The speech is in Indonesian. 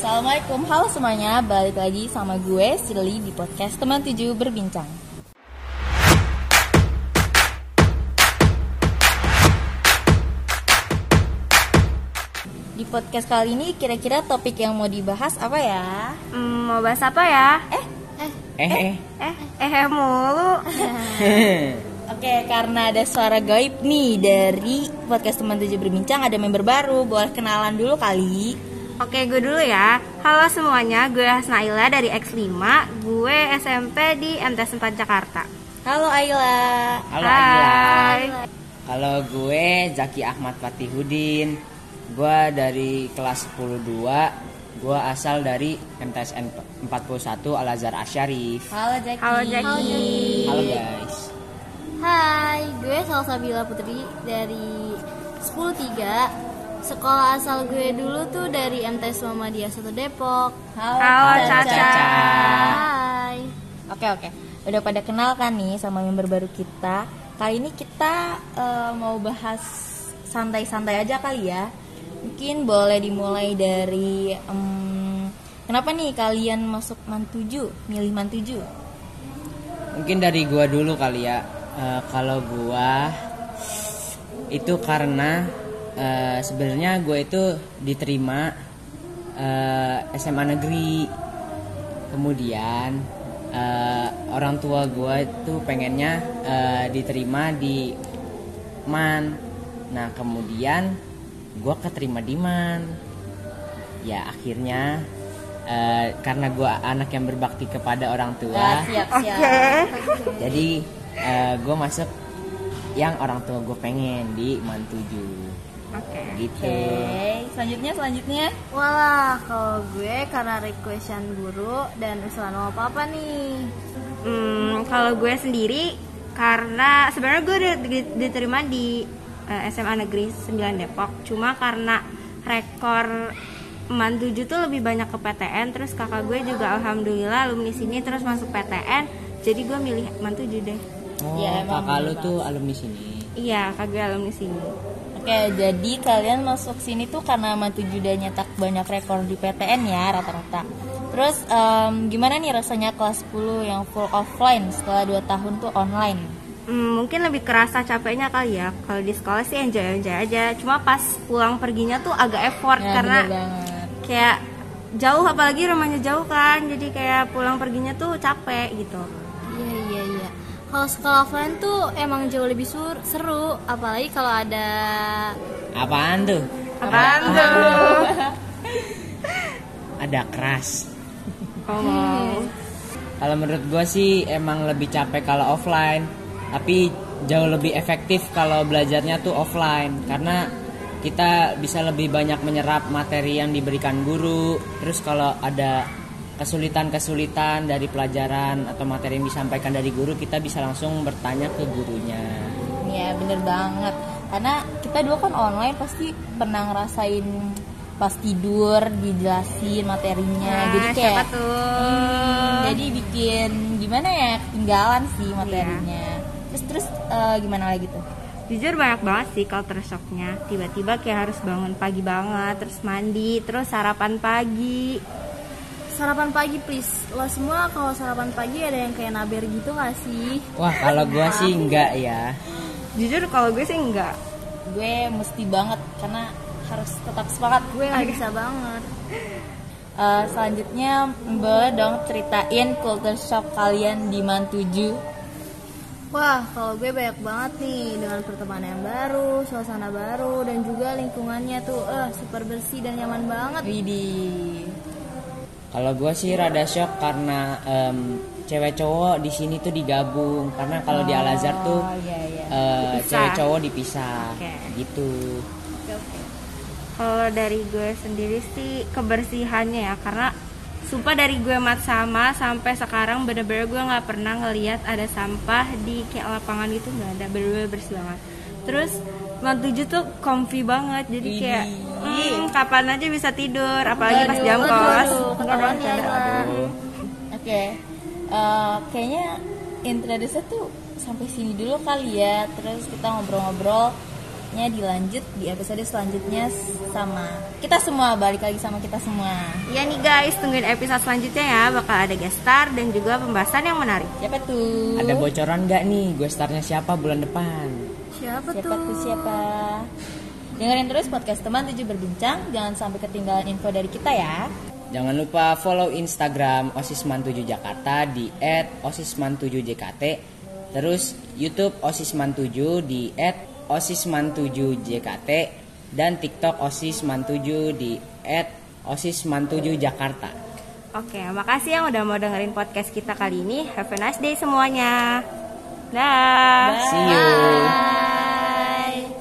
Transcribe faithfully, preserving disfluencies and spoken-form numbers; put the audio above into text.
Assalamualaikum, halo semuanya. Balik lagi sama gue, Sirli, di podcast Teman Tujuh Berbincang. Di podcast kali ini kira-kira topik yang mau dibahas apa ya? Hmm, mau bahas apa ya? Eh, Eh eh Eh, eh mulu. Oke, karena ada suara gaib nih dari podcast Teman Tujuh Berbincang, ada member baru. Boleh kenalan dulu kali. Oke, gue dulu ya. Halo semuanya, gue Hasnaila dari X lima. Gue S M P di M T S empat Jakarta. Halo Ayla. Halo Hai. Agila. Kalau gue Zaki Ahmad Fatihudin. Gue dari kelas sepuluh dua. Gue asal dari M T S N empat puluh satu Al Azhar Asyarif. Halo Jaki. Halo, Jaki. Halo guys. Hai, gue Salsabila Putri dari sepuluh tiga. Sekolah asal gue dulu tuh dari M T S Muhammadiyah satu Depok. Halo, Halo, Caca. Caca. Hai. Oke oke, udah pada kenal kan nih sama member baru kita. Kali ini kita eh, mau bahas santai-santai aja kali ya. Mungkin boleh dimulai dari em, kenapa nih kalian masuk Man tujuh, milih Man tujuh? Mungkin dari gue dulu kali ya. Eh, kalau gue itu karena eh, sebenarnya gue itu diterima eh, S M A negeri. Kemudian eh, orang tua gue itu pengennya eh, diterima di Man. Nah kemudian gue keterima di Man. Ya akhirnya eh, karena gue anak yang berbakti kepada orang tua, Ya, siap siap. jadi eh, gue masuk yang orang tua gue pengen di Man tujuh. Oke. Gitu. Oke, selanjutnya selanjutnya. Walah, kalau gue karena requestan guru dan usulan sama papa nih. Hmm, kalau gue sendiri karena sebenarnya gue udah di- diterima di eh, S M A Negeri sembilan Depok. Cuma karena rekor Man tujuh tuh lebih banyak ke P T N, terus kakak gue juga alhamdulillah alumni sini terus masuk P T N. Jadi gue milih Man tujuh deh. Oh, Ya, emang kakak lu bener tuh alumni sini. Iya, kakak gue alumni sini. Oke, jadi kalian masuk sini tuh karena Man tujuh udah nyetak banyak rekor di P T N ya rata-rata. Terus em, gimana nih rasanya kelas sepuluh yang full offline setelah dua tahun tuh online? Hmm, mungkin lebih kerasa capeknya kali ya. Kalau di sekolah sih enjoy-enjoy aja. Cuma pas pulang perginya tuh agak effort Ya, karena bener banget. kayak jauh, apalagi rumahnya jauh kan. Jadi kayak pulang perginya tuh capek gitu. Iya, iya, iya. Kalau sekolah offline tuh emang jauh lebih sur- seru, apalagi kalau ada Apaan tuh? Apaan tuh? Ada keras. Oh. Kalau menurut gue sih emang lebih capek kalau offline, tapi jauh lebih efektif kalau belajarnya tuh offline karena kita bisa lebih banyak menyerap materi yang diberikan guru. Terus kalau ada kesulitan-kesulitan dari pelajaran atau materi yang disampaikan dari guru, kita bisa langsung bertanya ke gurunya. Ya bener banget. Karena kita dulu kan online pasti pernah ngerasain pas tidur dijelasin materinya. Nah, jadi kayak siapa tuh? hmm, jadi bikin gimana ya, ketinggalan sih materinya. Terus terus eh, gimana lagi tuh? Jujur banyak banget sih culture shocknya. Tiba-tiba kayak harus bangun pagi banget, terus mandi, terus sarapan pagi. sarapan pagi please. Lo semua kalau sarapan pagi ada yang kayak naber gitu gak sih? Wah kalau gue sih enggak ya. Jujur kalau gue sih enggak. Gue mesti banget karena harus tetap semangat. Gue gak bisa banget. Eh, selanjutnya boleh dong ceritain culture shock kalian di Man tujuh. Wah, kalau gue banyak banget nih dengan pertemanan yang baru, suasana baru, dan juga lingkungannya tuh eh super bersih dan nyaman banget. Widih. Kalau gue sih rada shock karena em, cewek cowok di sini tuh digabung, karena kalau di Al Azhar tuh Oh, iya, iya. eh, Dipisah. cewek cowok dipisah, Oke. gitu. Kalau dari gue sendiri sih kebersihannya ya, karena sumpah dari gue mat sama sampai sekarang bener-bener gue nggak pernah ngelihat ada sampah di kayak lapangan itu, nggak ada, bener-bener bersih banget. Terus Man tujuh tuh comfy banget, jadi Widih. kayak hmm, kapan aja bisa tidur, apalagi pas Waduh, jam waduh, kos. waduh, ketahuan ya, Canda. Ayla. Oke, eh, kayaknya introduce tuh sampai sini dulu kali ya. Terus kita ngobrol-ngobrol selanjutnya dilanjut di episode selanjutnya sama kita semua, balik lagi sama kita semua. Iya nih guys, tungguin episode selanjutnya ya, bakal ada guest star dan juga pembahasan yang menarik. Siapa tuh? Ada bocoran nggak nih gue startnya siapa bulan depan? Siapa, Siapa tuh? tuh siapa? Dengerin terus podcast Teman tujuh Berbincang, jangan sampai ketinggalan info dari kita ya. Jangan lupa follow Instagram Osisman tujuh Jakarta di et osisman tujuh j k t. Terus YouTube Osisman tujuh di et osisman tujuh j k t. Dan TikTok Osisman tujuh di et osisman tujuh Jakarta. Oke, makasih yang udah mau dengerin podcast kita kali ini. Have a nice day semuanya. Dah. See you.